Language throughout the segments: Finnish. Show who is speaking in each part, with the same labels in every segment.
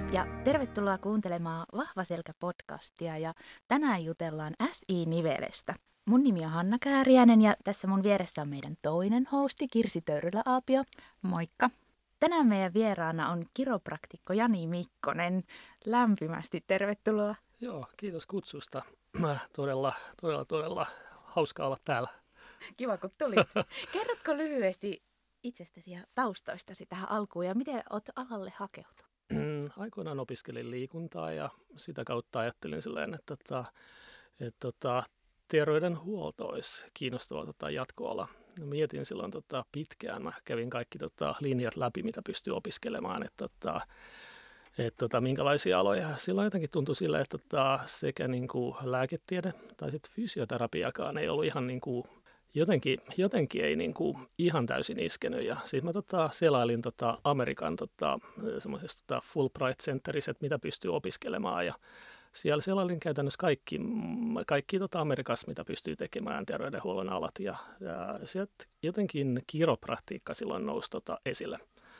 Speaker 1: Ja tervetuloa kuuntelemaan Vahva Selkä-podcastia ja tänään jutellaan SI-nivelestä. Mun nimi on Hanna Kääriäinen ja tässä mun vieressä on meidän toinen hosti Kirsi Töyrylä-Aapio.
Speaker 2: Moikka.
Speaker 1: Tänään meidän vieraana on kiropraktikko Jani Mikkonen. Lämpimästi tervetuloa.
Speaker 3: Joo, kiitos kutsusta. Todella hauska olla täällä.
Speaker 1: Kiva kun tulit. Kerrotko lyhyesti itsestäsi ja taustoistasi tähän alkuun ja miten olet alalle hakeutunut?
Speaker 3: Aikoinaan opiskelin liikuntaa ja sitä kautta ajattelin silleen, että terveydenhuolto olisi kiinnostava jatkoala. Mietin silloin pitkään. Mä kävin kaikki linjat läpi, mitä pystyy opiskelemaan, että minkälaisia aloja. Silloin jotenkin tuntui silleen, että sekä niin kuin lääketiede tai sitten fysioterapiakaan ei ollut ihan niin kuin jotenkin ei niin kuin ihan täysin iskenyt. Ja sitten mä selailin Amerikan semmoisesta Fulbright Centerissä, että mitä pystyy opiskelemaan. Ja siellä selailin käytännössä kaikki Amerikassa, mitä pystyy tekemään terveydenhuollon alat. Ja sieltä jotenkin kiropraktiikka silloin nousi esille.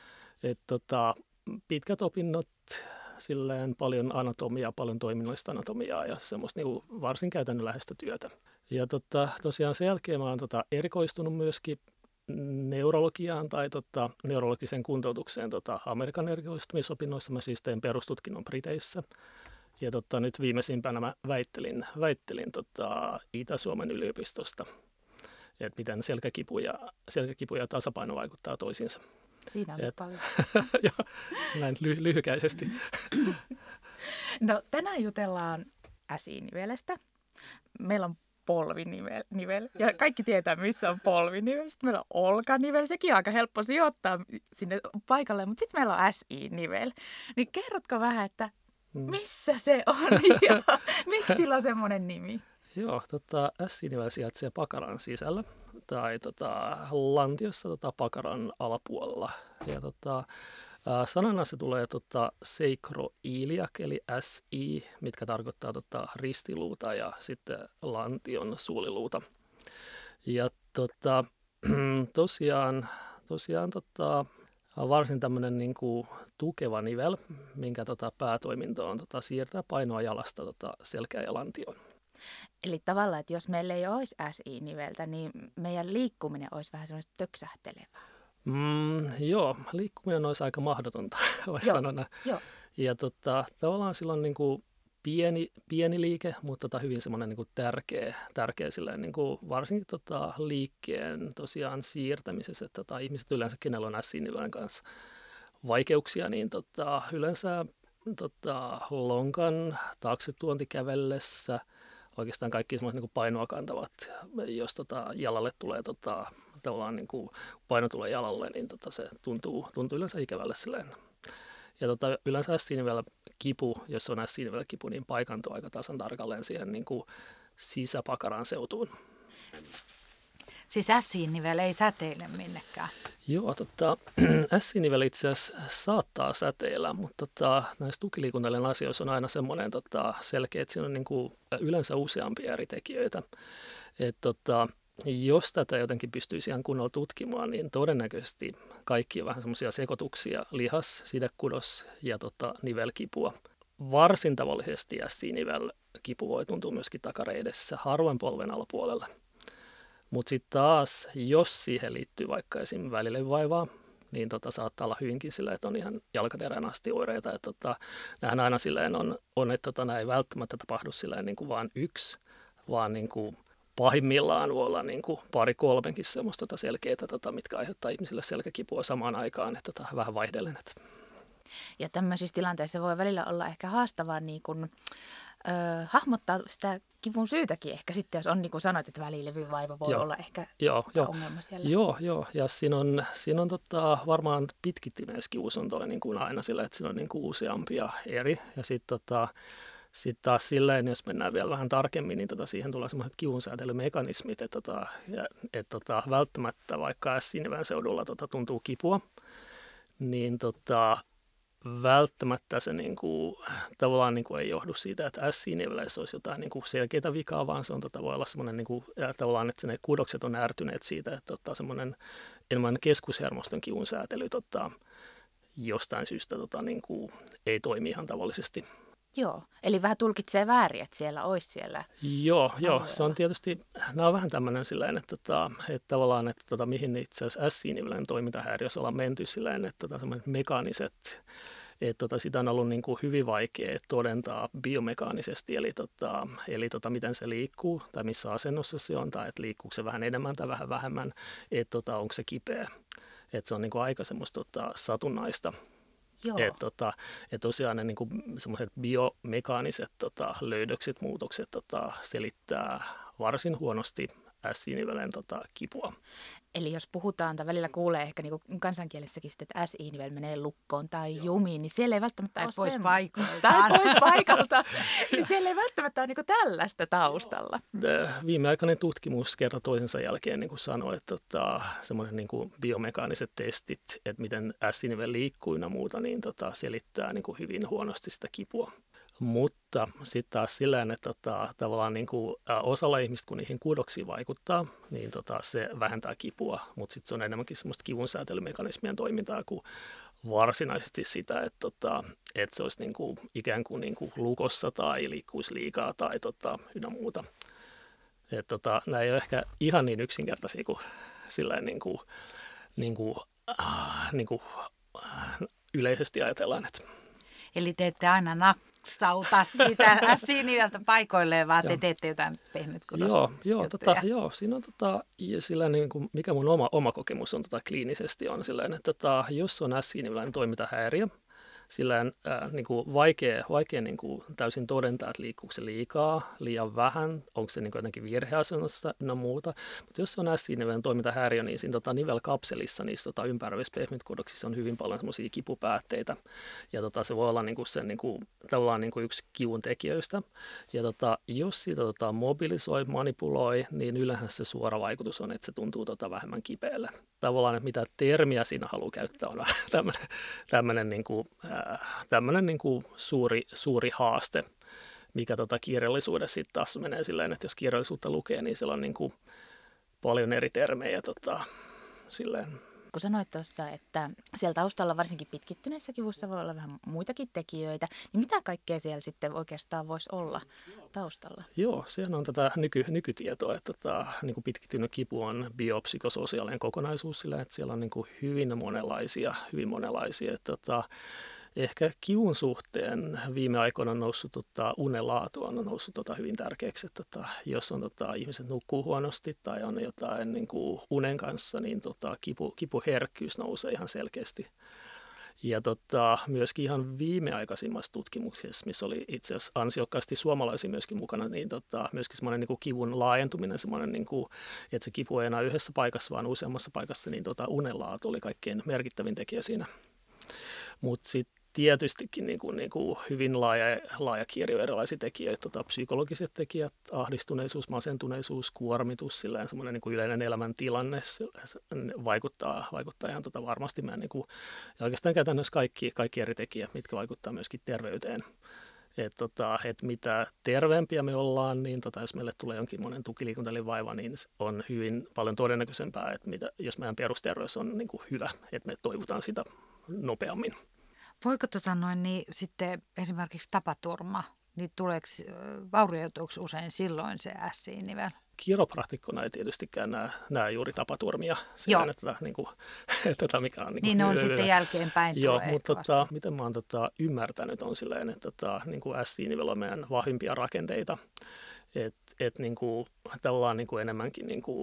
Speaker 3: Pitkät opinnot, silleen paljon anatomiaa, paljon toiminnallista anatomiaa ja semmoista niin varsin käytännönläheistä työtä. Ja tosiaan sen jälkeen mä oon erikoistunut myöskin neurologiaan tai neurologiseen kuntoutukseen Amerikan erikoistumisopinnoissa. Mä siis tein perustutkinnon Briteissä. Ja nyt viimeisimpänä mä väittelin Itä-Suomen yliopistosta, että miten selkäkipu ja tasapaino vaikuttaa toisiinsa.
Speaker 1: Siinä on paljon.
Speaker 3: Joo, näin lyhykäisesti.
Speaker 1: No tänään jutellaan SI-nivelestä. Meillä on polvinivel. Ja kaikki tietää, missä on polvinivel. Sitten meillä on olkanivel. Sekin on aika helppo sijoittaa sinne paikalle. Mutta sitten meillä on SI-nivel. Niin kerrotko vähän, että missä se on ja miksi sillä on semmoinen nimi?
Speaker 3: Joo, SI-nivel sijaitsee pakaran sisällä tai lantiossa pakaran alapuolella. Ja sanana se tulee sacroiliac eli SI, mitkä tarkoittaa ristiluuta ja sitten lantion suoliluuta. Ja tosiaan varsin tämmöinen niin kuin tukeva nivel, minkä päätoiminto on siirtää painoa jalasta selkään ja lantioon.
Speaker 1: Eli tavallaan, että jos meillä ei olisi SI-niveltä, niin meidän liikkuminen olisi vähän semmoista töksähtelevää.
Speaker 3: Joo, liikkuminen olisi aika mahdotonta, voisi sanoa.
Speaker 1: Jo.
Speaker 3: Ja tavallaan silloin niin kuin pieni liike, mutta hyvin semmoinen niin kuin tärkeä silleen, niin kuin varsinkin liikkeen tosiaan siirtämisessä, että ihmiset yleensä, kenellä on SI-nivelen kanssa vaikeuksia, niin yleensä lonkan taakse tuonti kävellessä, oikeastaan kaikki semmoiset niin kuin painoa kantavat, jos jalalle tulee tavallaan niin kuin paino tulee jalalle, niin se tuntuu yleensä ikävälle silleen. Ja yleensä SI-nivel kipu, jos on SI-nivel kipu, niin paikantuu aika tasan tarkalleen siihen niin kuin sisäpakaran seutuun.
Speaker 2: Siis SI-nivel ei säteile minnekään.
Speaker 3: Joo, SI-nivel itse asiassa saattaa säteillä, mutta näissä tukiliikuntailun asioissa on aina semmoinen selkeä, että siinä on niin kuin yleensä useampia eri tekijöitä. Jos tätä jotenkin pystyisi ihan kunnolla tutkimaan, niin todennäköisesti kaikki on vähän semmoisia sekoituksia, lihas, sidekudos ja nivelkipua. Varsin tavallisesti SI-nivelkipu voi tuntua myöskin takareidessä, harvoin polven alapuolella. Mutta sitten taas, jos siihen liittyy vaikka esim. Välilevyvaivaa, niin saattaa olla hyvinkin sillä, että on ihan jalkaterään asti oireita. Nämähän aina silleen on että nämä ei välttämättä tapahdu silleen niin kuin vain yksi, vaan niin kuin pahimmillaan voi olla niin kuin 2-3 semmoista selkeitä, mitkä aiheuttaa ihmisille selkäkipua samaan aikaan, että vähän vaihdellen.
Speaker 1: Ja tämmöisissä tilanteissa voi välillä olla ehkä haastavaa niin kuin, hahmottaa sitä kivun syytäkin ehkä sitten, jos on niin kuin sanoit, että välilevyvaiva voi olla ehkä ongelma siellä.
Speaker 3: Joo. Ja siinä on varmaan pitkittyneessä kivussa on toi niin kuin aina sillä, että siinä on niin kuin useampia eri. Ja sitten taas silleen, jos mennään vielä vähän tarkemmin, niin siihen tulee semmoiset kivunsäätelymekanismit, että välttämättä vaikka SI-nivel seudulla tuntuu kipua, niin välttämättä se niinku, tavallaan niinku ei johdu siitä, että SI-niveleissä olisi jotain niinku selkeitä vikaa, vaan se on, voi olla semmoinen, niinku, tavallaan, että ne kudokset on ärtyneet siitä, että semmoinen enemmän keskushermoston kivunsäätely jostain syystä niin kuin, ei toimi ihan tavallisesti.
Speaker 1: Joo, eli vähän tulkitsee väärin, että siellä olisi siellä.
Speaker 3: Joo, se on tietysti, nämä on vähän tämmöinen silleen, että tavallaan, että mihin itse asiassa S-nivelen toimintahäiriössä ollaan menty silleen, että semmoiset mekaaniset, että sitä on ollut niin kuin hyvin vaikea todentaa biomekaanisesti, eli miten se liikkuu tai missä asennossa se on, tai että liikkuuko se vähän enemmän tai vähän vähemmän, että onko se kipeä. Että se on niin kuin aika semmoista satunnaista. Että tosiaan ne niin kuin semmoiset biomekaaniset löydökset, muutokset selittää varsin huonosti S-nivelen kipua.
Speaker 1: Eli jos puhutaan, tai välillä kuulee ehkä niin kuin kansankielessäkin, että S-nivel menee lukkoon tai jumiin, niin siellä ei välttämättä ole
Speaker 2: pois paikalta.
Speaker 1: Tai pois paikalta. Niin siellä ei välttämättä ole niin kuin tällaista taustalla.
Speaker 3: Viimeaikainen tutkimus kerta toisensa jälkeen niin kuin sanoi, että semmoinen niin kuin biomekaaniset testit, että miten S-nivel liikkuu ja muuta, niin selittää niin kuin hyvin huonosti sitä kipua. Mutta sitten taas sillä että tavallaan niin kuin, osalla ihmistä, kun niihin kudoksiin vaikuttaa, niin se vähentää kipua, mutta sitten se on enemmänkin semmoista kivunsäätelymekanismien toimintaa kuin varsinaisesti sitä, että se olisi niin kuin, ikään kuin, lukossa tai liikkuisi liikaa tai ynnä muuta. Nämä ei ole ehkä ihan niin yksinkertaisia kuin silleen, niin kuin yleisesti ajatellaan. Että.
Speaker 2: Eli te ette aina naksauta sitä S-niveltä paikoilleen, vaan te teette jotain pehmytkudossa.
Speaker 3: Joo, siinä on sillä niin kuin, mikä mun oma kokemus on kliinisesti on silleen, että jos on S-nivelen toimintahäiriö, sillä niin kuin vaikea niin kuin täysin todentaa, että liikkuuko se liikaa, liian vähän, onko se niin kuin jotenkin virheasennossa ja muuta. Mutta jos se on S-nivelen toimintahäiriö, niin siinä nivelkapselissa, niissä ympäröivissä pehmytkudoksissa on hyvin paljon semmoisia kipupäätteitä. Ja se voi olla niin kuin sen, niin kuin, tavallaan niin kuin yksi kivun tekijöistä. Ja jos sitä mobilisoi, manipuloi, niin yleensä se suora vaikutus on, että se tuntuu vähemmän kipeälle. Tavallaan, että mitä termiä siinä haluaa käyttää, on tämmöinen niin kuin, niin kuin suuri haaste, mikä kirjallisuudessa sitten taas menee silleen, että jos kirjallisuutta lukee, niin siellä on niin kuin paljon eri termejä silleen.
Speaker 1: Kun sanoit tuossa, että siellä taustalla varsinkin pitkittyneessä kivussa voi olla vähän muitakin tekijöitä, niin mitä kaikkea siellä sitten oikeastaan voisi olla taustalla?
Speaker 3: Joo, sehän on tätä nykytietoa, että niin kuin pitkittynyt kipu on biopsykososiaalinen kokonaisuus sillä, että siellä on niin kuin hyvin monenlaisia. Että ehkä kivun suhteen viime aikoina on noussut unenlaatu on noussut hyvin tärkeäksi, että jos on ihmiset nukkuu huonosti tai on jotain niin kuin unen kanssa, niin kipuherkkyys nousee ihan selkeästi. Ja myöskin ihan viimeaikaisimmassa tutkimuksessa, missä oli itse asiassa ansiokkaasti suomalaisia myöskin mukana, niin myöskin semmoinen niin kuin kivun laajentuminen, semmoinen, niin kuin, että se kipu ei enää yhdessä paikassa, vaan useammassa paikassa, niin unenlaatu oli kaikkein merkittävin tekijä siinä. Mutta sitten tietystikin niin kuin hyvin laaja kirjo erilaisia tekijöitä, psykologiset tekijät, ahdistuneisuus, masentuneisuus, kuormitus, semmoinen niin kuin yleinen elämäntilanne vaikuttaa ihan varmasti meidän niin kuin, ja oikeastaan käytännössä kaikki eri tekijät, mitkä vaikuttaa myöskin terveyteen. Että mitä terveempiä me ollaan, niin jos meille tulee jonkinlainen tukiliikuntaelinvaiva, niin on hyvin paljon todennäköisempää, että jos meidän perusterveys on niin kuin hyvä, että me toivotaan sitä nopeammin.
Speaker 2: Voiko niin sitten esimerkiksi tapaturma, niin vaurioituuko usein silloin se S-nivel?
Speaker 3: Kiropraktikkona ei tietystikään näe juuri tapaturmia. Siinä, että mikä on
Speaker 2: niin on sitten jälkeenpäin.
Speaker 3: Joo, mutta miten mä oon ymmärtänyt on silleen, että niin kuin S-nivel on meidän vahvimpia rakenteita. Että niin kuin, tavallaan niin kuin enemmänkin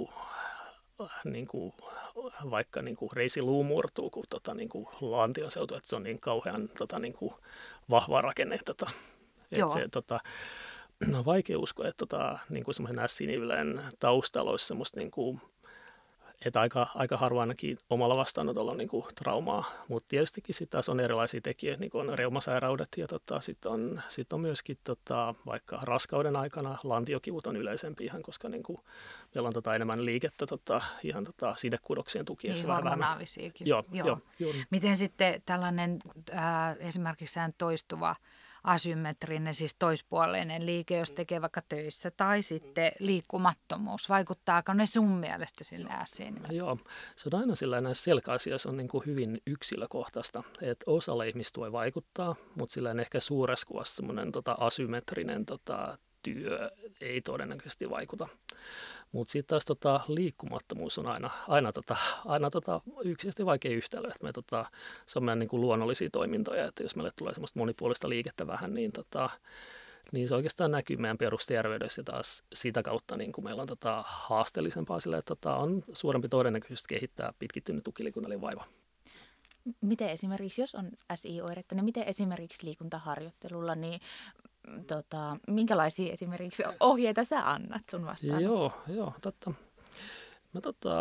Speaker 3: niin kuin, vaikka niin kuin reisiluu murtuu, kun niin kuin lantion seutu, että se on niin kauhean niin kuin vahva rakenne. Että se, on vaikea uskoa, että niin kuin semmoisen S-nivelen taustalla olisi semmoista, niin kuin, että aika harva ainakin omalla vastaanotolla on niin kuin traumaa, mutta tietystikin sitten taas on erilaisia tekijöitä, niin kuin on reumasairaudet ja sitten on myöskin vaikka raskauden aikana lantiokivut on yleisempi ihan, koska niin kuin meillä on enemmän liikettä ihan sidekudoksien tukiessa.
Speaker 2: Niin, hormonaalisiakin.
Speaker 3: Joo.
Speaker 2: Miten sitten tällainen esimerkiksi toistuva asymmetrinen, siis toispuoleinen liike, jos tekee vaikka töissä, tai sitten liikkumattomuus. Vaikuttaako ne sun mielestä sille äsiinimelle?
Speaker 3: Joo, se on aina sillä näissä selkäasioissa on niin kuin hyvin yksilökohtaista, että osalla ihmistä voi vaikuttaa, mutta sillä ehkä suuressa kuvassa semmoinen asymmetrinen työ ei todennäköisesti vaikuta. Mutta sitten taas liikkumattomuus on aina yksisesti vaikea yhtälö. Me, se on meidän niin kuin luonnollisia toimintoja, että jos meille tulee semmoista monipuolista liikettä vähän, niin se oikeastaan näkyy meidän perusterveydessä ja taas sitä kautta niin kuin meillä on haasteellisempaa sillä, että on suurempi todennäköisyys kehittää pitkittynyt tukiliikunnallinen vaiva.
Speaker 1: Miten esimerkiksi, jos on SI-oiretta, niin miten esimerkiksi liikuntaharjoittelulla, niin minkälaisia esimerkiksi ohjeita sä annat sun vastaan?
Speaker 3: Joo, totta. Mä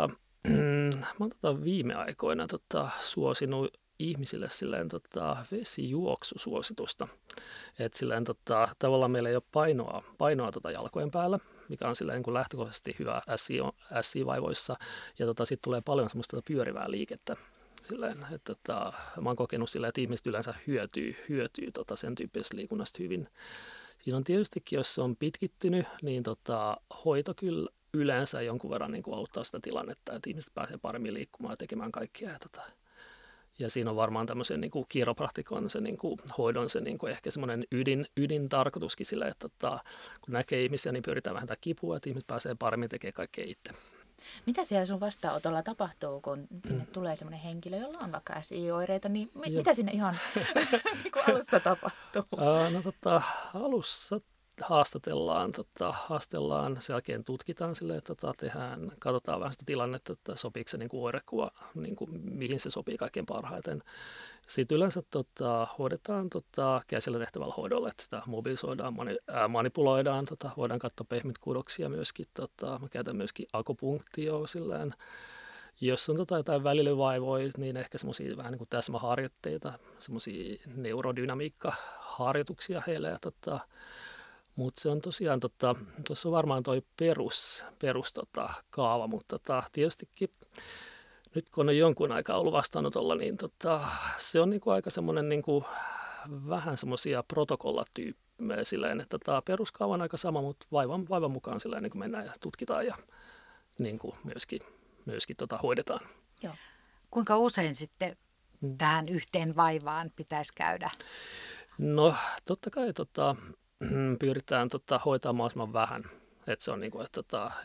Speaker 3: oon viime aikoina suosinut ihmisille silleen vesijuoksusuositusta. Että silleen tavallaan meillä ei ole painoa jalkojen päällä, mikä on silleen niin kuin lähtökohtaisesti hyvä SI-vaivoissa. Ja sitten tulee paljon semmoista pyörivää liikettä. Silleen, että mä oon kokenut silleen, että ihmiset yleensä hyötyy sen tyyppisestä liikunnasta hyvin. Siinä on tietystikin, jos se on pitkittynyt, niin hoito kyllä yleensä jonkun verran niin kuin auttaa sitä tilannetta, että ihmiset pääsee paremmin liikkumaan ja tekemään kaikkia. Ja siinä on varmaan tämmöisen niin kuin kiropraktikon, se niin kuin hoidon se niin kuin ehkä semmoinen ydintarkoituskin sillä, että kun näkee ihmisiä, niin pyritään vähentämään kipua, että ihmiset pääsee paremmin tekemään kaikkea itse.
Speaker 1: Mitä siellä sun vastaanotolla tapahtuu, kun sinne tulee semmoinen henkilö, jolla on vaikka SI-oireita, niin mitä sinne ihan niin kuin alusta tapahtuu?
Speaker 3: Alussa haastellaan, sen jälkeen tutkitaan silleen, että katsotaan vähän sitä tilannetta, että sopiiko se niin kuin oirekuva, niin kuin, mihin se sopii kaikkein parhaiten. Sitten yleensä hoidetaan käsillä tehtävällä hoidolla, että sitä mobilisoidaan, manipuloidaan, voidaan katsoa pehmit kudoksia myöskin. Mä käytän myöskin akupunktioa silleen. Jos on jotain välilövaivoja, niin ehkä semmoisia vähän niin kuin täsmäharjoitteita, semmoisia neurodynamiikkaharjoituksia heille. Mutta se on tosiaan, tuossa on varmaan toi perus kaava, mutta tietystikin nyt kun on jonkun aikaa ollut vastaanotolla, niin se on niinku aika semmoinen niinku, vähän semmoisia protokollatyyppejä silleen, että peruskaava on aika sama, mutta vaivan mukaan silleen niin kuin mennään ja tutkitaan ja niin kuin myöskin hoidetaan.
Speaker 2: Joo. Kuinka usein sitten tähän yhteen vaivaan pitäisi käydä?
Speaker 3: No totta kai pyritään hoitaa mahdollisimman vähän. Että se on niin kuin,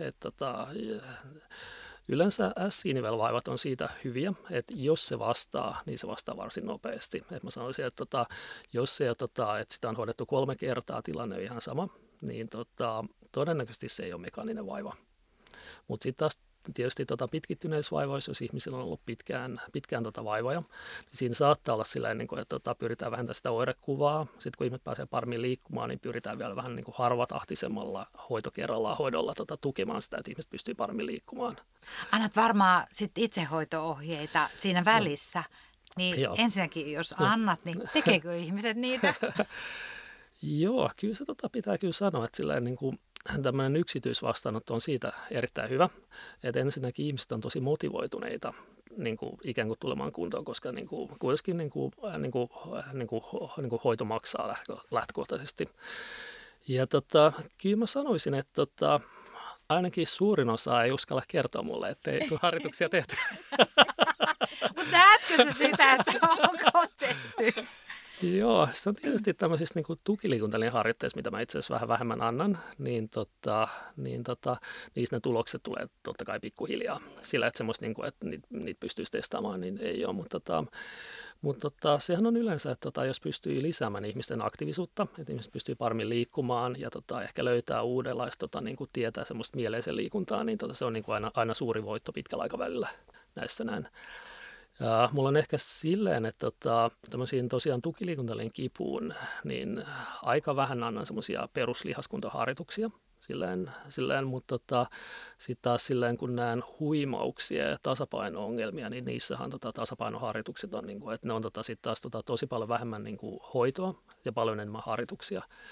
Speaker 3: yleensä SI-nivelvaivat on siitä hyviä, että jos se vastaa, niin se vastaa varsin nopeasti. Et mä sanoisin, että jos se, että sitä on hoidettu 3 kertaa, tilanne on ihan sama, niin todennäköisesti se ei ole mekaaninen vaiva. Mutta sitten taas tietysti pitkittyneissä vaivoissa, jos ihmisillä on ollut pitkään vaivoja, niin siinä saattaa olla sillä niin kuin, että pyritään vähentämään sitä oirekuvaa. Sitten kun ihmiset pääsee paremmin liikkumaan, niin pyritään vielä vähän niin kuin harvatahtisemmalla hoidolla tukemaan sitä, että ihmiset pystyy paremmin liikkumaan.
Speaker 2: Annat varmaan sit itsehoito-ohjeita siinä välissä. Niin ensinnäkin, jos annat, niin tekeekö ihmiset niitä?
Speaker 3: Joo, kyllä se pitää kyllä sanoa, että sillä niin kuin tämmöinen yksityisvastaanotto on siitä erittäin hyvä, että ensinnäkin ihmiset on tosi motivoituneita niin kuin ikään kuin tulemaan kuntoon, koska niin kuin, kuitenkin niin kuin hoito maksaa lähtökohtaisesti. Ja kyllä mä sanoisin, että ainakin suurin osa ei uskalla kertoa mulle, ettei tule harjoituksia tehty.
Speaker 2: Mutta näetkö se sitä, että onko tehty?
Speaker 3: Joo, se on tietysti tämmöisissä niin tukiliikuntallinen harjoitteissa, mitä mä itse asiassa vähän vähemmän annan, niissä ne tulokset tulee totta kai pikkuhiljaa. Sillä, että semmoista, niin kuin, että niitä pystyisi testaamaan, niin ei ole. Mutta sehän on yleensä, että jos pystyy lisäämään ihmisten aktiivisuutta, että ihmiset pystyy paremmin liikkumaan ja ehkä löytää uudenlaista niin kuin tietää semmoista mieleisen liikuntaa, niin se on niin kuin aina suuri voitto pitkällä aikavälillä näissä näin. Mulla on ehkä silleen, että tämmöisiin tosiaan tukiliikuntallinen kipuun, niin aika vähän annan semmoisia peruslihaskuntaharjoituksia silleen, mutta sitten taas silleen, kun näen huimauksia ja tasapaino-ongelmia, niin niissähän tasapainoharjoitukset on, niin kuin, että ne on sitten taas tosi paljon vähemmän niin kuin hoitoa ja paljon enemmän harjoituksia.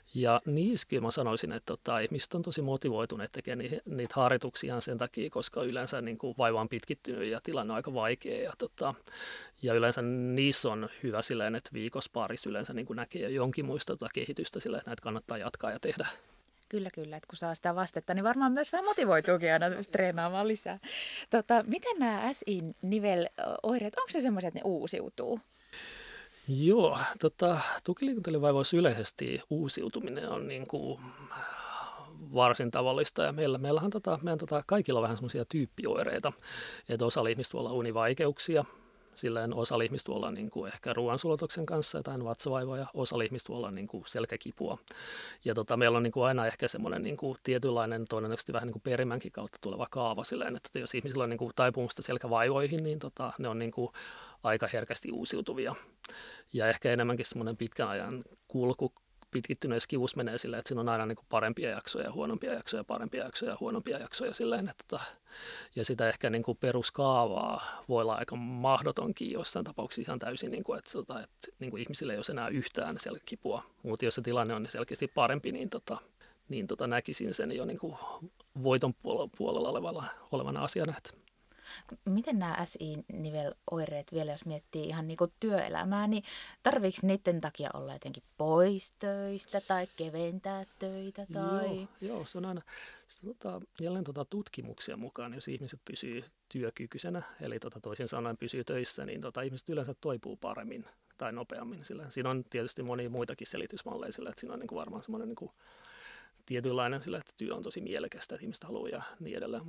Speaker 3: Ja niissäkin mä sanoisin, että ihmiset on tosi motivoituneet tekemään niitä harjoituksia ihan sen takia, koska yleensä niin kuin vaiva on pitkittynyt ja tilanne on aika vaikea. Ja yleensä niissä on hyvä silleen, että viikossa parissa yleensä niin kuin näkee jo jonkinmoista kehitystä silleen, että näitä kannattaa jatkaa ja tehdä.
Speaker 1: Kyllä, että kun saa sitä vastetta, niin varmaan myös vähän motivoituukin aina treenaamaan lisää. Miten nämä SI-niveloireet, onko se semmoisia, että ne uusiutuu?
Speaker 3: Joo, tukiliikuntalivaivoissa yleisesti uusiutuminen on niin kuin varsin tavallista ja meidän kaikilla on vähän semmoisia tyyppioireita, että osalla ihmistä voi olla univaikeuksia, silleen osalla ihmistä voi olla niin kuin ehkä ruoansulatuksen kanssa jotain vatsavaivoja, osalla ihmistä voi olla niin kuin selkäkipua. Ja meillä on niin kuin aina ehkä semmoinen niin kuin tietynlainen todennäköisesti vähän niin kuin perimänkin kautta tuleva kaava silleen, että jos ihmisillä on niin kuin taipumusta selkävaivoihin, niin ne on niin kuin aika herkästi uusiutuvia. Ja ehkä enemmänkin semmoinen pitkän ajan kulku pitkittyneessä kivussa menee silleen, että siinä on aina niin kuin parempia jaksoja ja huonompia jaksoja, parempia jaksoja ja huonompia jaksoja silleen, että ja sitä ehkä niin kuin peruskaavaa voi olla aika mahdotonkin jossain tapauksissa ihan täysin, niin kuin, että niin kuin ihmisillä ei ole enää yhtään selkäkipua, mutta jos se tilanne on niin selkeästi parempi, niin näkisin sen jo niin kuin voiton puolella olevana asiana.
Speaker 1: Miten nämä SI-niveloireet vielä, jos miettii ihan niin kuin työelämää, niin tarviiko niiden takia olla jotenkin pois töistä tai keventää töitä? Tai...
Speaker 3: Joo, se on aina jälleen tutkimuksia mukaan, jos ihmiset pysyy työkykyisenä, eli toisin sanoen pysyy töissä, niin ihmiset yleensä toipuu paremmin tai nopeammin. Siinä on tietysti monia muitakin selitysmalleja sillä, että siinä on niin kuin varmaan semmoinen niin kuin tietynlainen sillä, että työ on tosi mielekästä, että ihmiset haluaa ja niin edelleen,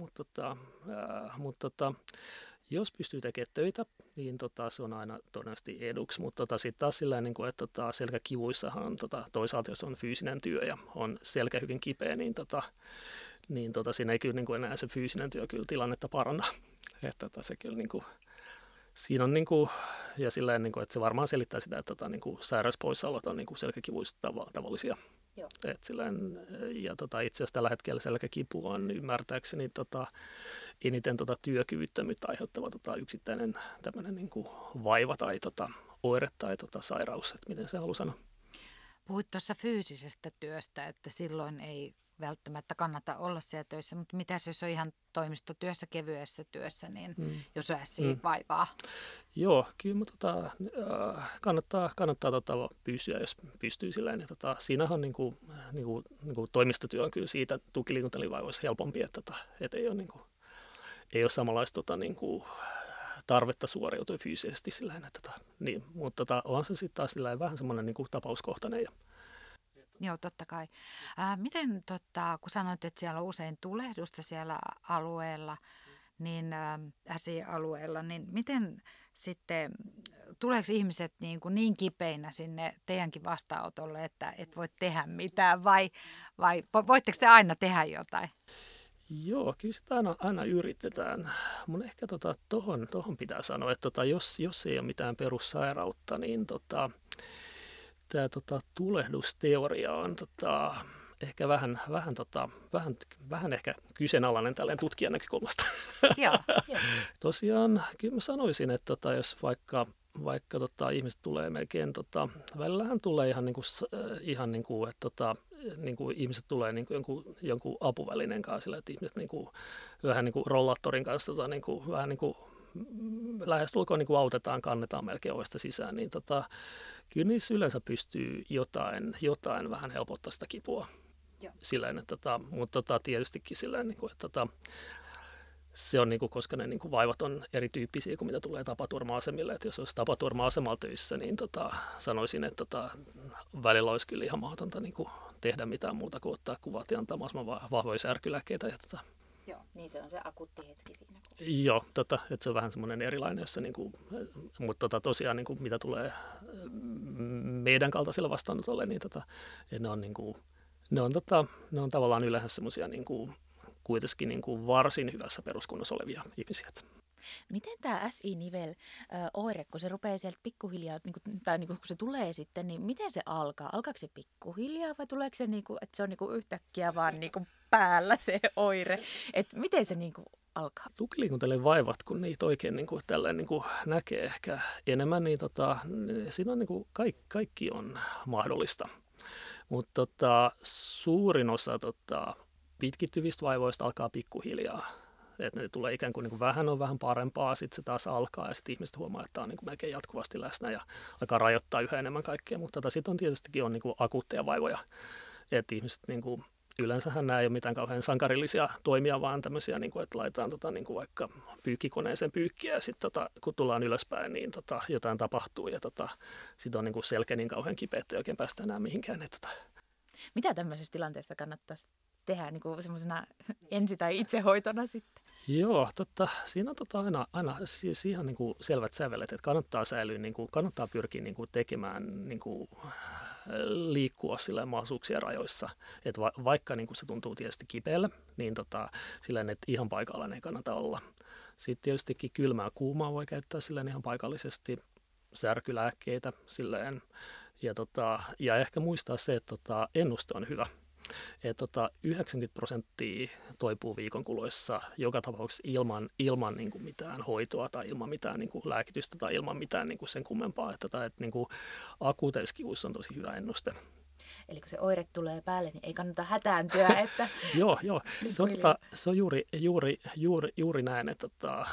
Speaker 3: mutta jos pystyy tekemään töitä, niin se on aina todennäköisesti eduksi, mutta sitten taas sillä niin kuin, että selkäkivuissahan toisaalta, jos on fyysinen työ ja on selkä hyvin kipeä, niin siinä ei kyllä niin kuin enää se fyysinen työ kyllä tilannetta paranna, että se kyllä niin kuin, siinä on niin kuin, ja sillä niin kuin, että se varmaan selittää sitä, että niin kuin sairauspoissaolot on niin kuin selkäkivuista tavallisia. Ja itse asiassa tällä hetkellä selkäkipu on ymmärtääkseni eniten työkyvyttömyyttä aiheuttava yksittäinen tämmöinen niin kuin vaiva tai oire tai sairaus, että miten se haluaa sanoa.
Speaker 2: Puhuit tuossa fyysisestä työstä, että silloin ei välttämättä kannata olla siellä töissä, mutta mitäs jos on ihan toimistotyössä, kevyessä työssä, niin jos on vaivaa?
Speaker 3: Joo, kyllä kannattaa pysyä, jos pystyy silleen. Siinähän niin kuin toimistotyö on kyllä siitä tukiliikuntalivaivoissa helpompi, että ei ole samanlaista niin kuin tarvetta suoriutua fyysisesti silleen. Niin, mutta on se sitten taas vähän semmoinen niin kuin tapauskohtainen.
Speaker 2: Joo, totta kai. Miten, kun sanoit, että siellä on usein tulehdusta siellä alueella, niin SI-alueella, niin miten sitten, tuleeko ihmiset niin kipeinä sinne teidänkin vastaanotolle, että et voi tehdä mitään, vai voitteko te aina tehdä jotain?
Speaker 3: Joo, kyllä sitä aina yritetään. Mun ehkä tohon pitää sanoa, että jos ei ole mitään perussairautta, niin tämä tulehdusteoria on ehkä vähän ehkä kyseenalainen tälleen tutkijan näkökulmasta.
Speaker 2: Joo.
Speaker 3: Tosiaan, kyllä mä sanoisin, että jos vaikka ihmiset tulee melkein, välillähän tulee ihan niin kuin että niin kuin ihmiset tulee niin kuin jonkun apuvälineen kanssa sillä, että ihmiset niin kuin, vähän niin kuin rollaattorin kanssa niin kuin, vähän niin kuin lähestulkoon niin kuin autetaan, kannetaan melkein ovesta sisään, niin kyllä niissä yleensä pystyy jotain vähän helpottaa sitä kipua. Silleen, että mutta tietystikin silleen, niin kuin, että se on, niin kuin, koska ne niin kuin vaivat on erityyppisiä kuin mitä tulee tapaturma-asemille. Että jos olisi tapaturma-asemalla töissä, niin sanoisin, että välillä olisi kyllä ihan mahdotonta niin kuin tehdä mitään muuta kuin ottaa kuvat ja antaa mahdollisimman vahvoja särkylääkkeitä.
Speaker 1: Joo, niin se on se akuutti hetki siinä.
Speaker 3: Joo, että se on vähän semmoinen erilainen, jossa niinku, mutta tosiaan niinku, mitä tulee meidän kaltaisille vastaanotolle, niin ne on niinku, ne on tavallaan yleensä semmoisia niinku, kuitenkin niinku varsin hyvässä peruskunnossa olevia ihmisiä.
Speaker 1: Miten tämä SI-nivel-oire, kun se rupeaa sieltä pikkuhiljaa, tai kun se tulee sitten, niin miten se alkaa? Alkaako se pikkuhiljaa vai tuleeko se, että se on yhtäkkiä vaan päällä se oire? Että miten se alkaa?
Speaker 3: Tukiliikuntalle vaivat, kun niitä oikein tälleen näkee ehkä enemmän, niin siinä on kaikki on mahdollista. Mutta suurin osa pitkittyvistä vaivoista alkaa pikkuhiljaa. Että ne tulee ikään kuin vähän on vähän parempaa, sitten se taas alkaa ja sitten ihmiset huomaa, että tämä on niin kuin melkein jatkuvasti läsnä ja alkaa rajoittaa yhä enemmän kaikkea. Mutta sitten on tietystikin on niin kuin akuutteja vaivoja, että ihmiset niin kuin, yleensähän nämä ei ole mitään kauhean sankarillisia toimia, vaan tämmöisiä, niin kuin, että laitetaan niin kuin vaikka pyykkikoneeseen pyykkiä ja sitten kun tullaan ylöspäin, niin jotain tapahtuu ja sitten on niin kuin selkä niin kauhean kipeä, että ei oikein päästä enää mihinkään.
Speaker 1: Mitä tämmöisessä tilanteessa kannattaisi tehdä niin kuin semmoisena ensi- tai itsehoitona sitten?
Speaker 3: Joo, siinä on aina siis ihan niin kuin selvät sävelet, että kannattaa säilyä, niin kuin, kannattaa pyrkiä niin kuin tekemään, niin kuin, liikkua sillä mahdollisuuksien rajoissa. Että vaikka niin kuin se tuntuu tietysti kipeälle, niin silleen, että ihan paikallaan ei kannata olla. Sitten tietystikin kylmää ja kuumaa voi käyttää silleen ihan paikallisesti, särkylääkkeitä silleen. Ja ehkä muistaa se, että ennuste on hyvä. Että 90% toipuu viikon kuluessa joka tapauksessa ilman niin kuin mitään hoitoa tai ilman mitään niin kuin lääkitystä tai ilman mitään niin kuin sen kummempaa. Että niin kuin akuuteissa kivuissa on tosi hyvä ennuste.
Speaker 1: Eli kun se oire tulee päälle, niin ei kannata hätääntyä, että...
Speaker 3: Joo. Se on juuri näin, että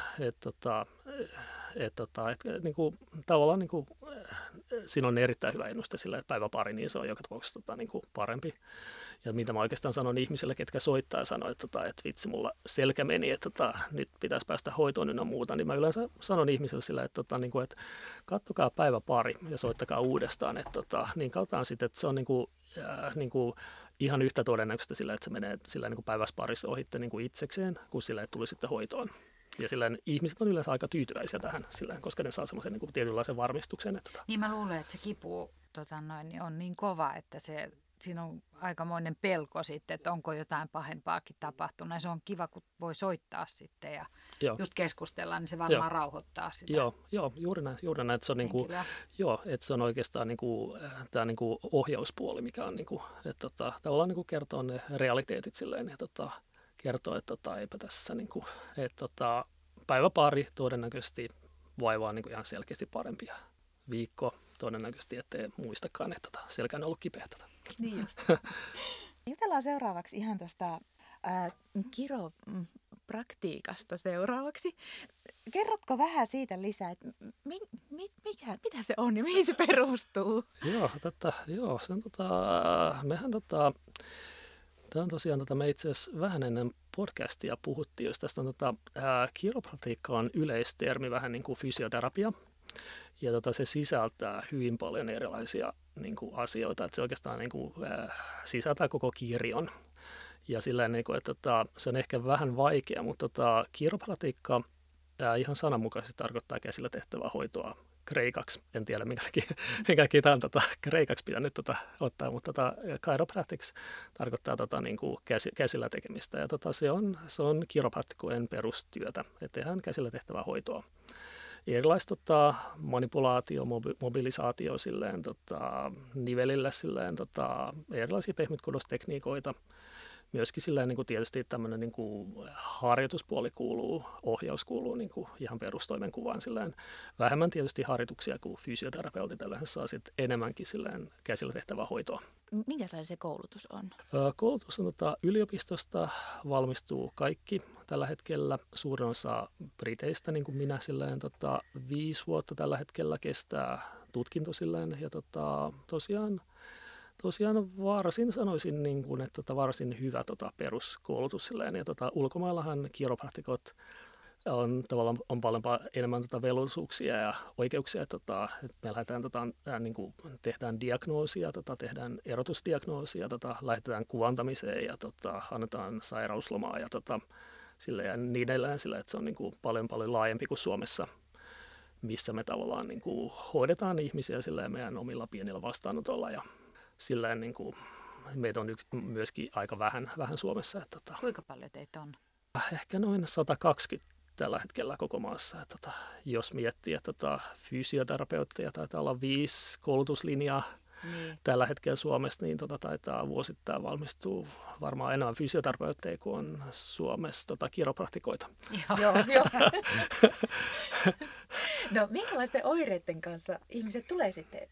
Speaker 3: niin kuin, tavallaan niin kuin, siinä on erittäin hyvä ennuste sillä, että päivä pari, niin se on joka tapauksessa niin kuin parempi. Ja mitä mä oikeastaan sanon ihmisille, ketkä soittaa ja sanoo, että vitsi, mulla selkä meni, että nyt pitäisi päästä hoitoon ynnä muuta, niin mä yleensä sanon ihmisille sillä, että, niin kuin, että katsokaa päivä pari ja soittakaa uudestaan, että niin kautaan sitten, että se on niin kuin ihan yhtä todennäköistä sillä, että se menee sillä niin kuin päivässä parissa ohitte niin kuin itsekseen, kuin sillä, että tuli sitten hoitoon. Ja silleen ihmiset on yleensä aika tyytyväisiä tähän, silleen, koska ne saa semmoisen niin tietynlaisen varmistuksen. Että
Speaker 2: Niin mä luulen, että se kipu on niin kova, että siinä on aikamoinen pelko sitten, että onko jotain pahempaakin tapahtunut. Ja se on kiva, kun voi soittaa sitten ja just keskustella, niin se varmaan rauhoittaa sitä.
Speaker 3: Joo, juuri näin. Että se on, että se on oikeastaan tämä ohjauspuoli, mikä on, että tavallaan kertoo ne realiteetit silleen, ja kertoo, että eipä tässä, että päivä pari todennäköisesti vaivaa ihan selkeästi parempia. Viikko todennäköisesti, ettei muistakaan, että selkä on ollut kipeä.
Speaker 1: Niin just. Jutellaan seuraavaksi ihan tuosta kiropraktiikasta seuraavaksi. Kerrotko vähän siitä lisää, että mitä se on ja mihin se perustuu?
Speaker 3: Joo, se on mehän tämä on tosiaan, me itse asiassa vähän ennen podcastia puhuttiin, jos tästä on kiropraktiikka on yleistermi, vähän niin kuin fysioterapia. Ja se sisältää hyvin paljon erilaisia niin kuin asioita, että se oikeastaan niin kuin, sisältää koko kirjon. Ja silleen, niin kuin, että se on ehkä vähän vaikea, mutta kiropraktiikka ihan sananmukaisesti tarkoittaa käsillä tehtävää hoitoa kreikaksi. En tiedä, minkä takia tämä on kreikaksi pitänyt ottaa, mutta chiropractics tarkoittaa niin kuin käsillä tekemistä. Ja se on kiropraktikojen perustyötä, että tehdään käsillä tehtävää hoitoa. Erilaista manipulaatio, mobilisaatio silleen, nivelillä silleen, erilaisia pehmytkudostekniikoita. Myöskin silleen, niin kuin tietysti tämmöinen niin kuin harjoituspuoli kuuluu, ohjaus kuuluu niin kuin ihan perustoimenkuvaan. Silleen. Vähemmän tietysti harjoituksia kuin fysioterapeutit, tällaisen saa sitten enemmänkin silleen käsillä tehtävää hoitoa.
Speaker 1: Minkälainen se koulutus on?
Speaker 3: Koulutus on yliopistosta, valmistuu kaikki tällä hetkellä. Suurin osa briteistä, niin kuin minä, silleen, 5 vuotta tällä hetkellä kestää tutkinto silleen. Ja tosiaan varsin sanoisin, niin kuin, että varsin hyvä peruskoulutus silleen. Ja ulkomaillahan kiropraktikot on paljon enemmän velvollisuuksia ja oikeuksia. Että me lähdetään, niin kuin tehdään diagnoosia, tehdään erotusdiagnoosia, lähdetään kuvantamiseen ja annetaan sairauslomaa ja niin edelleen sillä, että se on niin kuin paljon laajempi kuin Suomessa, missä me tavallaan niin kuin hoidetaan ihmisiä sillä meidän omilla pienillä vastaanotolla ja silleen niin kuin meitä on myöskin aika vähän Suomessa. Että,
Speaker 2: Kuinka paljon teitä on?
Speaker 3: Ehkä noin 120 tällä hetkellä koko maassa. Että, jos miettii, että fysioterapeutteja taitaa olla 5 koulutuslinjaa tällä hetkellä Suomessa, niin taitaa vuosittain valmistua varmaan enemmän fysioterapeutteja kuin on Suomessa kiropraktikoita.
Speaker 1: Joo. No minkälaisten oireiden kanssa ihmiset tulee sitten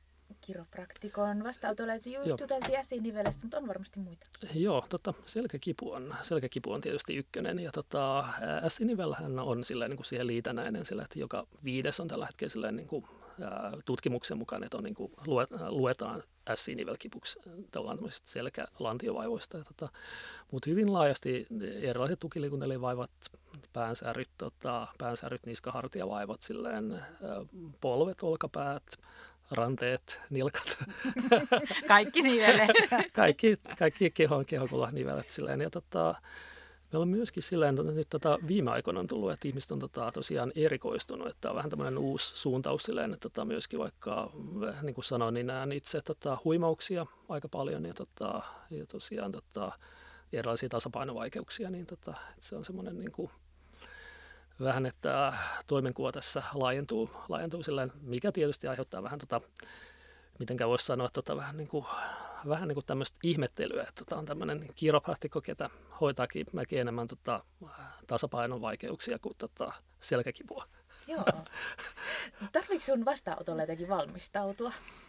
Speaker 1: kiropraktikon vastaanotolle. Just juteltiin S-nivelestä, mutta on varmasti muita.
Speaker 3: Joo, selkäkipu on tietysti ykkönen. Ja S-nivellähän on silleen, niin kuin siihen liitännäinen, sillä, että joka 5 on tällä hetkellä silleen, niin kuin, tutkimuksen mukaan, että on, niin kuin, luetaan S-nivelkipuksi tavallaan tämmöisistä selkälantio-vaivoista. Mutta hyvin laajasti erilaiset tukiliikuntelivaivat, päänsäryt, niskahartiavaivat, silleen, polvet, olkapäät, ranteet, nilkat.
Speaker 2: Kaikki nivelet.
Speaker 3: kaikki kehokulan nivelet. Silleen. Ja meillä on myöskin silleen, nyt viime aikoina on tullut, että ihmiset on tosiaan erikoistunut. Että on vähän tämmöinen uusi suuntaus silleen, että myöskin vaikka, niin kuin sanoin, niin näen itse huimauksia aika paljon ja tosiaan erilaisia tasapainovaikeuksia. Niin että se on semmoinen niin kuin, vähän, että toimenkuva tässä laajentuu silleen, mikä tietysti aiheuttaa vähän mitenkään voisi sanoa, vähän niin kuin tämmöistä ihmettelyä, että on tämmöinen kiropraktikko, ketä hoitaakin mäkin enemmän tasapainon vaikeuksia kuin selkäkipua.
Speaker 1: Joo. Tarvitsetko sun vastaanotolle jotenkin valmistautua?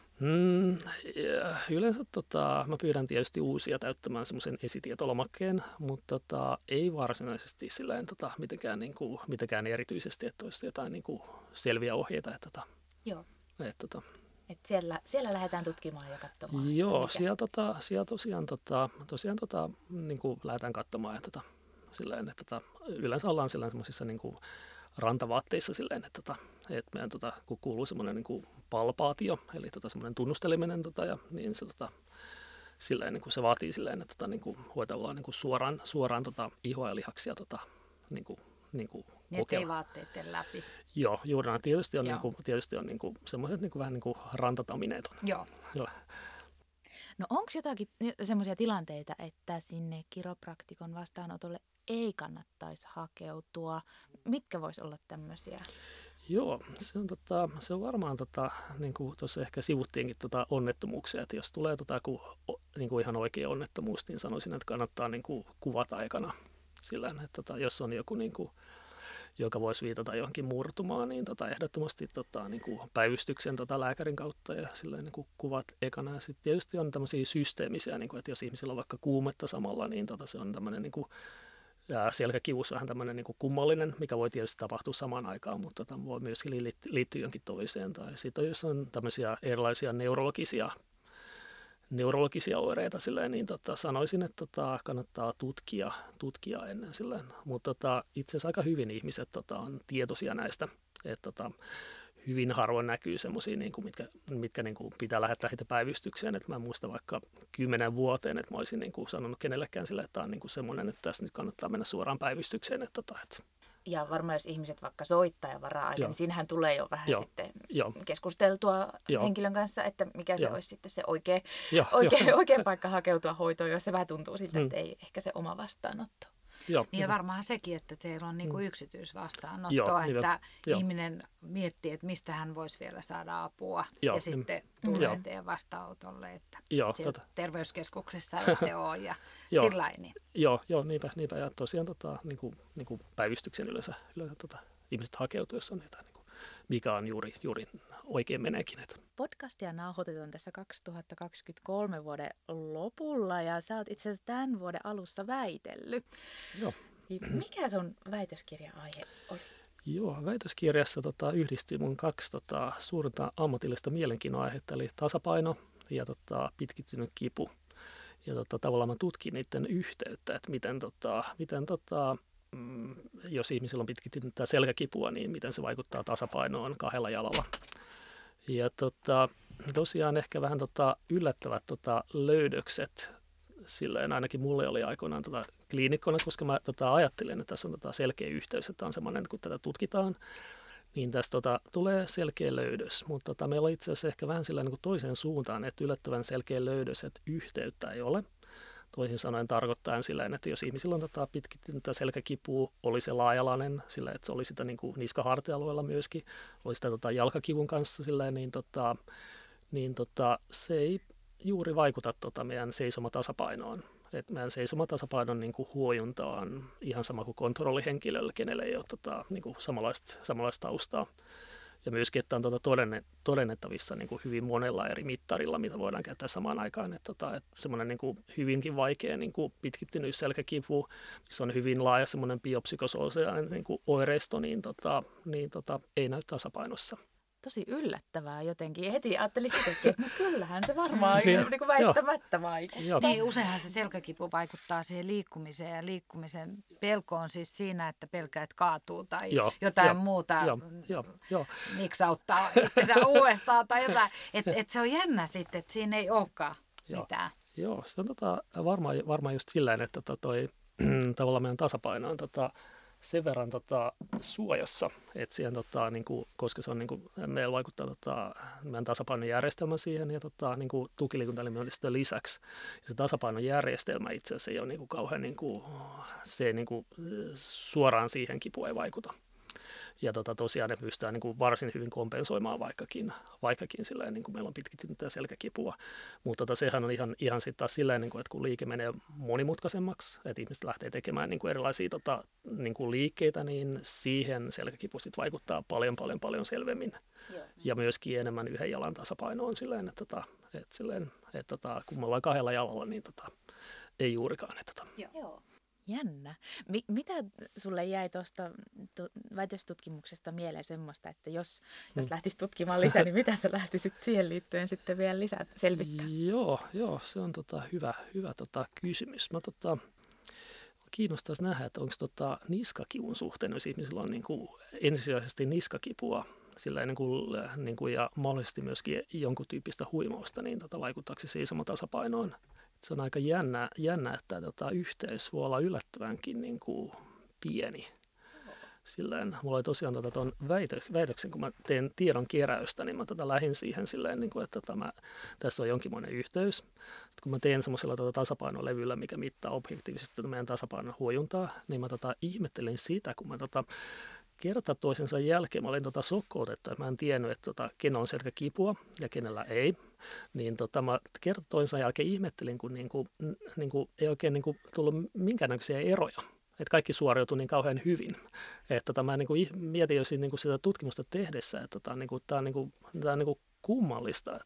Speaker 3: Yleensä mä pyydän tietysti uusia täyttämään semmoisen esitietolomakkeen, mutta ei varsinaisesti silleen, mitenkään erityisesti, että olisi jotain niin kuin selviä ohjeita.
Speaker 1: Joo. Et siellä lähdetään tutkimaan ja katsomaan.
Speaker 3: Joo, siellä tosiaan niin kuin lähdetään katsomaan. Ja silleen, että yleensä ollaan semmoisissa niin kuin rantavaatteissa silleen, että meidän kun kuuluu semmoinen niin kuin palpaatio, eli semmoinen tunnusteleminen, ja niin se silleen, niin kuin se vaatii silleen, että niin kuin hoitaa niin kuin suoraan ihoa ja lihaksia niin kuin
Speaker 2: niin ei vaatteiden läpi.
Speaker 3: Joo, juuri näin. Tietysti on niin kuin semmoiset niin kuin vähän niin kuin rantatamineet on.
Speaker 2: Joo.
Speaker 1: No onko jotakin semmoisia tilanteita, että sinne kiropraktikon vastaanotolle ei kannattaisi hakeutua? Mitkä vois olla tämmöisiä?
Speaker 3: Joo, se on varmaan, niin kuin tuossa ehkä sivuttiinkin onnettomuuksia, että jos tulee niin kuin ihan oikea onnettomuus, niin sanoisin, että kannattaa niin kuin kuvata aikana sillä, että jos on joku, niin kuin, joka voisi viitata johonkin murtumaan, niin ehdottomasti niin kuin päivystyksen lääkärin kautta ja sillä niin kuin kuvat ekana. Ja sitten tietysti on tämmöisiä systeemisiä, niin kuin, että jos ihmisillä on vaikka kuumetta samalla, niin se on tämmöinen niin kuin selkäkivus vähän tämmöinen niin kuin kummallinen, mikä voi tietysti tapahtua samaan aikaan, mutta voi myöskin liittyä jonkin toiseen. Tai sitten jos on tämmöisiä erilaisia neurologisia oireita, silleen, niin sanoisin, että kannattaa tutkia ennen. Silleen. Mutta itse asiassa aika hyvin ihmiset on tietoisia näistä, että hyvin harvoin näkyy semmoisia, niin mitkä niin kuin pitää lähettää heitä päivystykseen. Että mä muistan vaikka 10 vuoteen, että mä olisin niin kuin sanonut kenellekään sille, että tämä on niin kuin semmoinen, että tässä nyt kannattaa mennä suoraan päivystykseen.
Speaker 1: Ja varmaan jos ihmiset vaikka soittaa ja varaa aika, niin siinähän tulee jo vähän sitten keskusteltua henkilön kanssa, että mikä se olisi sitten se oikea paikka hakeutua hoitoon, jos se vähän tuntuu siltä, että ei ehkä se oma vastaanotto.
Speaker 3: Joo.
Speaker 2: Niin ja varmaan sekin, että teillä on niinku yksityisvastaanottoa, että ihminen miettii, että mistä hän voisi vielä saada apua ja sitten tulee teidän vastaanotolle, että terveyskeskuksessa ette ole ja sillain.
Speaker 3: Joo, niinpä. Ja tosiaan niin kuin päivystyksen yleensä ihmiset hakeutuu, jos on jotain, niin kuin, mikä on juuri oikein meneekin.
Speaker 1: Podcastia nauhoitetaan tässä 2023 vuoden lopulla ja sä oot itse asiassa tämän vuoden alussa väitellyt.
Speaker 3: Joo.
Speaker 1: Mikä sun väitöskirja-aihe oli?
Speaker 3: Joo, väitöskirjassa yhdistyy mun 2 suurinta ammatillista mielenkiinnon aihetta, eli tasapaino ja pitkittynyt kipu. Ja tavallaan mä tutkin niiden yhteyttä, että miten jos ihmisillä on pitkittynyttä selkäkipua, niin miten se vaikuttaa tasapainoon 2 jalalla. Ja tosiaan ehkä vähän yllättävät löydökset, silleen ainakin mulle oli aikoinaan kliinikkona, koska mä ajattelin, että tässä on selkeä yhteys, että on semmoinen, kun tätä tutkitaan, niin tästä tulee selkeä löydös. Mutta meillä on itse asiassa ehkä vähän sillä niin kuin toiseen suuntaan, että yllättävän selkeä löydös, että yhteyttä ei ole. Toisin sanoen tarkoittaa sillä, että jos ihmisillä on pitkittynyttä selkäkipua, oli se laajalainen, sillä että se oli sitä niin kuin niskahartialueella myöskin, oli sitä jalkakivun kanssa sillä, niin se ei juuri vaikuta meidän seisomatasapainoon. Et meidän seisomatasapainon niin kuin huojunta on ihan sama kuin kontrollihenkilöllä, kenellä ei ole niin kuin samanlaista taustaa. Ja myöskin, että on todennettavissa niin kuin hyvin monella eri mittarilla, mitä voidaan käyttää samaan aikaan. Että semmoinen niin kuin hyvinkin vaikea niin kuin pitkittynyt selkäkipu, missä on hyvin laaja semmoinen biopsykososiaalinen niin kuin oireisto, niin ei näy tasapainossa.
Speaker 1: Tosi yllättävää jotenkin. Heti ajattelin sitäkin, että no kyllähän se varmaan niin kuin väistämättä vaikuttaa.
Speaker 2: Niin, useinhan se selkäkipu vaikuttaa siihen liikkumiseen ja liikkumisen pelko on siis siinä, että pelkää, että kaatuu tai jotain muuta niksauttaa itsensä uudestaan tai jotain. Et se on jännä sitten, että siinä ei olekaan mitään.
Speaker 3: Joo, se on varmaan just silleen, että tavallaan meidän tasapaino on sen verran suojassa, että siihen, koska se on, meillä vaikuttaa meidän tasapainojärjestelmä siihen ja tukiliikuntaelimistön lisäksi. Ja se tasapainojärjestelmä itse asiassa ei ole kauhean, se ei suoraan siihen kipuun ei vaikuta. Ja tosiaan ne pystytään varsin hyvin kompensoimaan vaikkakin silleen, meillä on pitkittynyttä selkäkipua. Mutta sehän on ihan sitten taas silleen, että kun liike menee monimutkaisemmaksi, että ihmiset lähtee tekemään erilaisia liikkeitä, niin siihen selkäkipu sitten vaikuttaa paljon selvemmin. Joo. Ja myöskin enemmän yhden jalan tasapaino on silleen, että kun me ollaan kahdella jalalla, niin ei juurikaan.
Speaker 1: Joo. Jännä. Mitä sulle jäi tuosta väitöstutkimuksesta mieleen semmoista, että jos lähtisi tutkimaan lisää, niin mitä sä lähtisit siihen liittyen sitten vielä lisää selvittämään?
Speaker 3: Joo, se on hyvä kysymys. Kiinnostaisi nähdä, että onko niskakivun suhteen, jos ihmisillä on ensisijaisesti niskakipua ja mahdollisesti myöskin jonkun tyyppistä huimausta, niin vaikuttaako se seisomatasapainoon? Se on aika jännä että yhteys voi olla yllättävänkin pieni. Silleen, mulla oli tosiaan tuon väitöksen, kun mä teen tiedon keräystä, niin mä lähdin siihen silleen, että tässä on jonkinmoinen yhteys. Sitten kun mä teen semmoisella tasapainolevyllä, mikä mittaa objektiivisesti meidän tasapainon huojuntaa, niin mä ihmettelin sitä, kun mä kerta toisensa jälkeen mä olin sokkoutettu, että mä en tiennyt, että kenellä on selkäkipua ja kenellä ei. Niin mä kerta toisensa jälkeen ihmettelin, kun ei oikein tullut minkäännäköisiä eroja. Että kaikki suoriutui niin kauhean hyvin. Että mä mietin jo sitä tutkimusta tehdessä, että tämä on kummallista,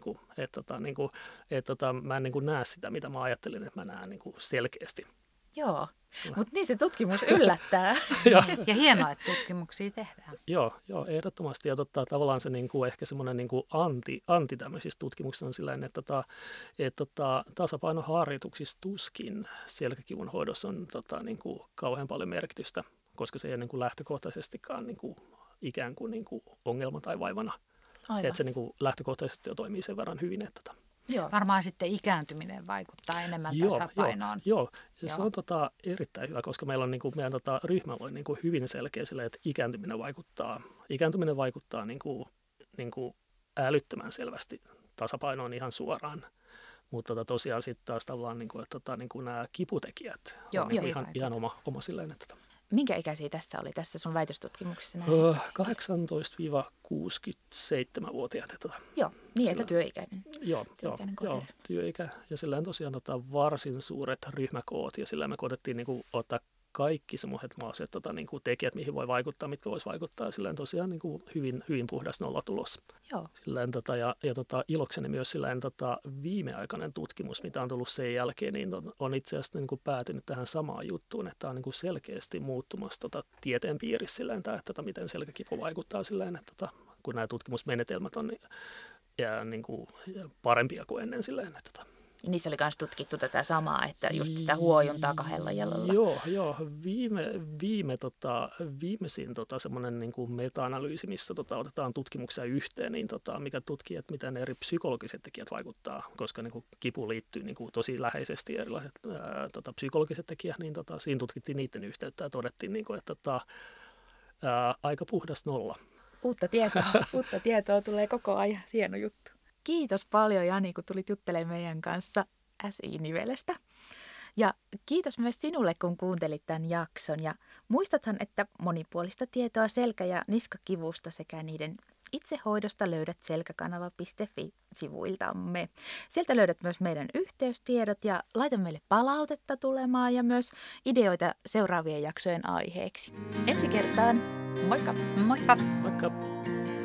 Speaker 3: että mä en näe sitä, mitä mä ajattelin, että mä näen selkeästi.
Speaker 1: Joo, mutta niin se tutkimus yllättää.
Speaker 2: Ja hienoa, että tutkimuksia tehdään.
Speaker 3: Joo, ehdottomasti. Ja tavallaan se ehkä semmoinen anti tämmöisissä tutkimuksissa on sellainen, että tasapainoharjoituksissa tuskin selkäkivun hoidossa on kauhean paljon merkitystä, koska se ei ole lähtökohtaisestikaan ikään kuin ongelma tai vaivana. Aivan. Että se lähtökohtaisesti jo toimii sen verran hyvin, että
Speaker 2: Joo. Varmaan sitten ikääntyminen vaikuttaa enemmän tasapainoon.
Speaker 3: Joo. Se on erittäin hyvä, koska meillä on meidän ryhmällä on hyvin selkeä sille, että ikääntyminen vaikuttaa älyttömän selvästi tasapainoon ihan suoraan. Mutta tosiaan sitten taas tavallaan, että nämä kiputekijät on ihan oma silleen, että
Speaker 1: Minkä ikäisiä tässä oli tässä sun väitöstutkimuksessa?
Speaker 3: 18-67-vuotiaat.
Speaker 1: Joo, niin että työikäinen.
Speaker 3: Joo, työikä. Ja sillä tosiaan varsin suuret ryhmäkoot ja sillä me koetettiin ottaa kaikki semmoiset maaset tekijät, mihin voi vaikuttaa, mitkä voisi vaikuttaa. Sillä tosiaan hyvin puhdas nollatulos.
Speaker 1: Joo.
Speaker 3: Silleen, ilokseni myös silleen, viimeaikainen tutkimus, mitä on tullut sen jälkeen, niin on itse asiassa päätynyt tähän samaan juttuun, että on selkeästi muuttumassa tieteen piirissä silleen, että miten selkäkipu vaikuttaa silleen, että kun nämä tutkimusmenetelmät on parempia kuin ennen silleen, että
Speaker 1: niissä oli myös tutkittu tätä samaa, että just sitä huojuntaa kahdella jalalla.
Speaker 3: Joo. Viimeisin semmoinen meta-analyysi, missä otetaan tutkimuksia yhteen, niin mikä tutkii, että miten eri psykologiset tekijät vaikuttaa, koska kipu liittyy tosi läheisesti erilaiset psykologiset tekijät, niin siinä tutkittiin niiden yhteyttä ja todettiin, että aika puhdas nolla.
Speaker 1: Uutta tietoa tulee koko ajan, hieno juttu. Kiitos paljon Jani, kun tulit juttelemaan meidän kanssa SI-nivelestä. Ja kiitos myös sinulle, kun kuuntelit tämän jakson. Ja muistathan, että monipuolista tietoa selkä- ja niskakivusta sekä niiden itsehoidosta löydät selkäkanava.fi-sivuiltamme. Sieltä löydät myös meidän yhteystiedot ja laita meille palautetta tulemaan ja myös ideoita seuraavien jaksojen aiheeksi. Ensi kertaan, moikka!
Speaker 2: Moikka!
Speaker 3: Moikka!